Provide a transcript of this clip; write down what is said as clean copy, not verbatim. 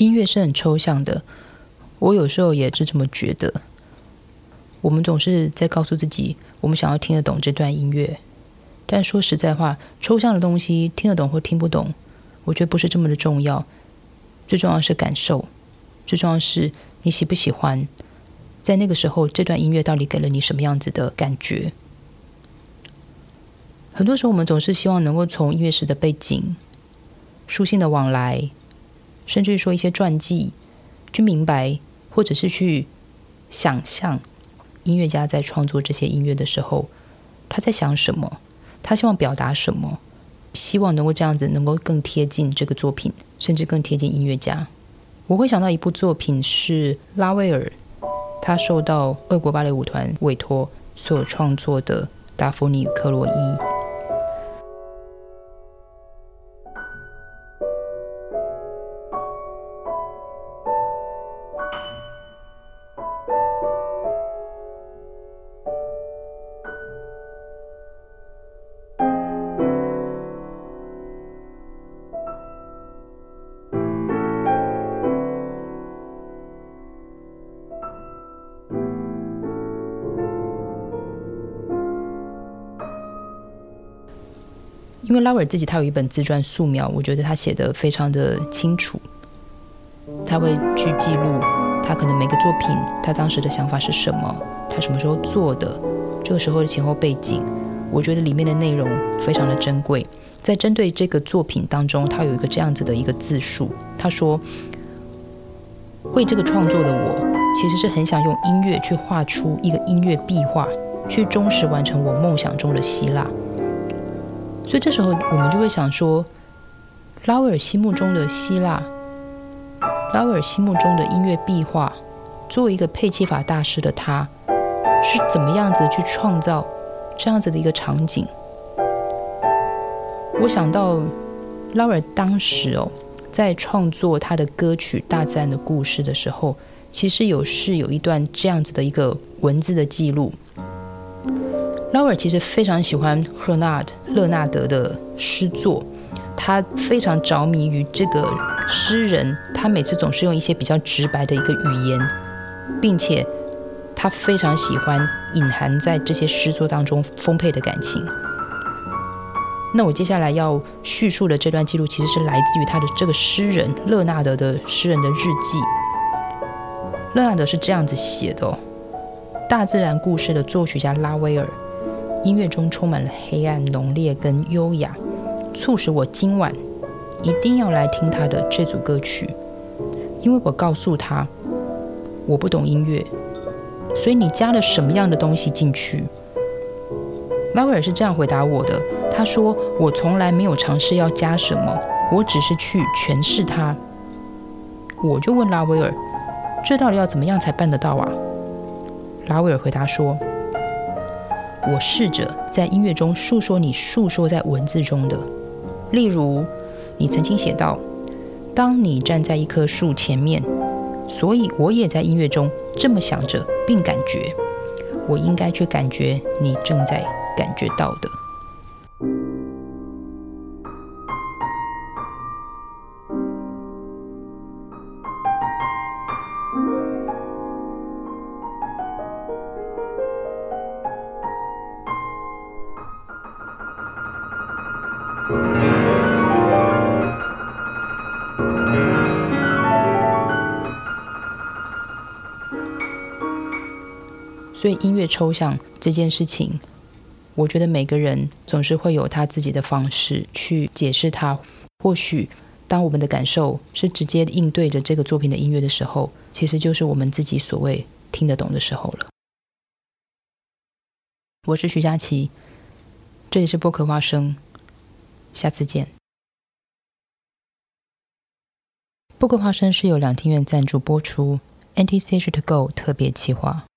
音乐是很抽象的，我有时候也是这么觉得。我们总是在告诉自己，我们想要听得懂这段音乐，但说实在话，抽象的东西听得懂或听不懂，我觉得不是这么的重要。最重要是感受，最重要是你喜不喜欢，在那个时候这段音乐到底给了你什么样子的感觉。很多时候我们总是希望能够从音乐史的背景、书信的往来，甚至于说一些传记，去明白或者是去想象音乐家在创作这些音乐的时候，他在想什么，他希望表达什么，希望能够这样子能够更贴近这个作品，甚至更贴近音乐家。我会想到一部作品是拉威尔，他受到俄国芭蕾舞团委托所创作的达芙妮与克洛伊。因为拉威尔自己他有一本自传素描，我觉得他写得非常的清楚，他会去记录他可能每个作品他当时的想法是什么，他什么时候做的，这个时候的前后背景，我觉得里面的内容非常的珍贵。在针对这个作品当中，他有一个这样子的一个自述，他说为这个创作的我其实是很想用音乐去画出一个音乐壁画，去忠实完成我梦想中的希腊。所以这时候我们就会想说，拉威尔心目中的希腊，拉威尔心目中的音乐壁画，作为一个配器法大师的他，是怎么样子去创造这样子的一个场景。我想到拉威尔当时在创作他的歌曲《大自然的故事》的时候，其实有一段这样子的一个文字的记录。拉威尔其实非常喜欢勒纳德的诗作，他非常着迷于这个诗人，他每次总是用一些比较直白的一个语言，并且他非常喜欢隐含在这些诗作当中丰沛的感情。那我接下来要叙述的这段记录，其实是来自于他的这个诗人勒纳德的诗人的日记。勒纳德是这样子写的大自然故事的作曲家拉威尔，音乐中充满了黑暗、浓烈跟优雅，促使我今晚一定要来听他的这组歌曲。因为我告诉他我不懂音乐，所以你加了什么样的东西进去？拉威尔是这样回答我的，他说我从来没有尝试要加什么，我只是去诠释它。我就问拉威尔，这到底要怎么样才办得到啊？拉威尔回答说，我试着在音乐中诉说你诉说在文字中的。例如你曾经写道，当你站在一棵树前面，所以我也在音乐中这么想着并感觉，我应该去感觉你正在感觉到的。所以音乐抽象这件事情，我觉得每个人总是会有他自己的方式去解释它。或许当我们的感受是直接应对着这个作品的音乐的时候，其实就是我们自己所谓听得懂的时候了。我是徐佳琪，这里是播客花生，下次见。播客花生是由两厅院赞助播出， NTCH To Go 特别企划。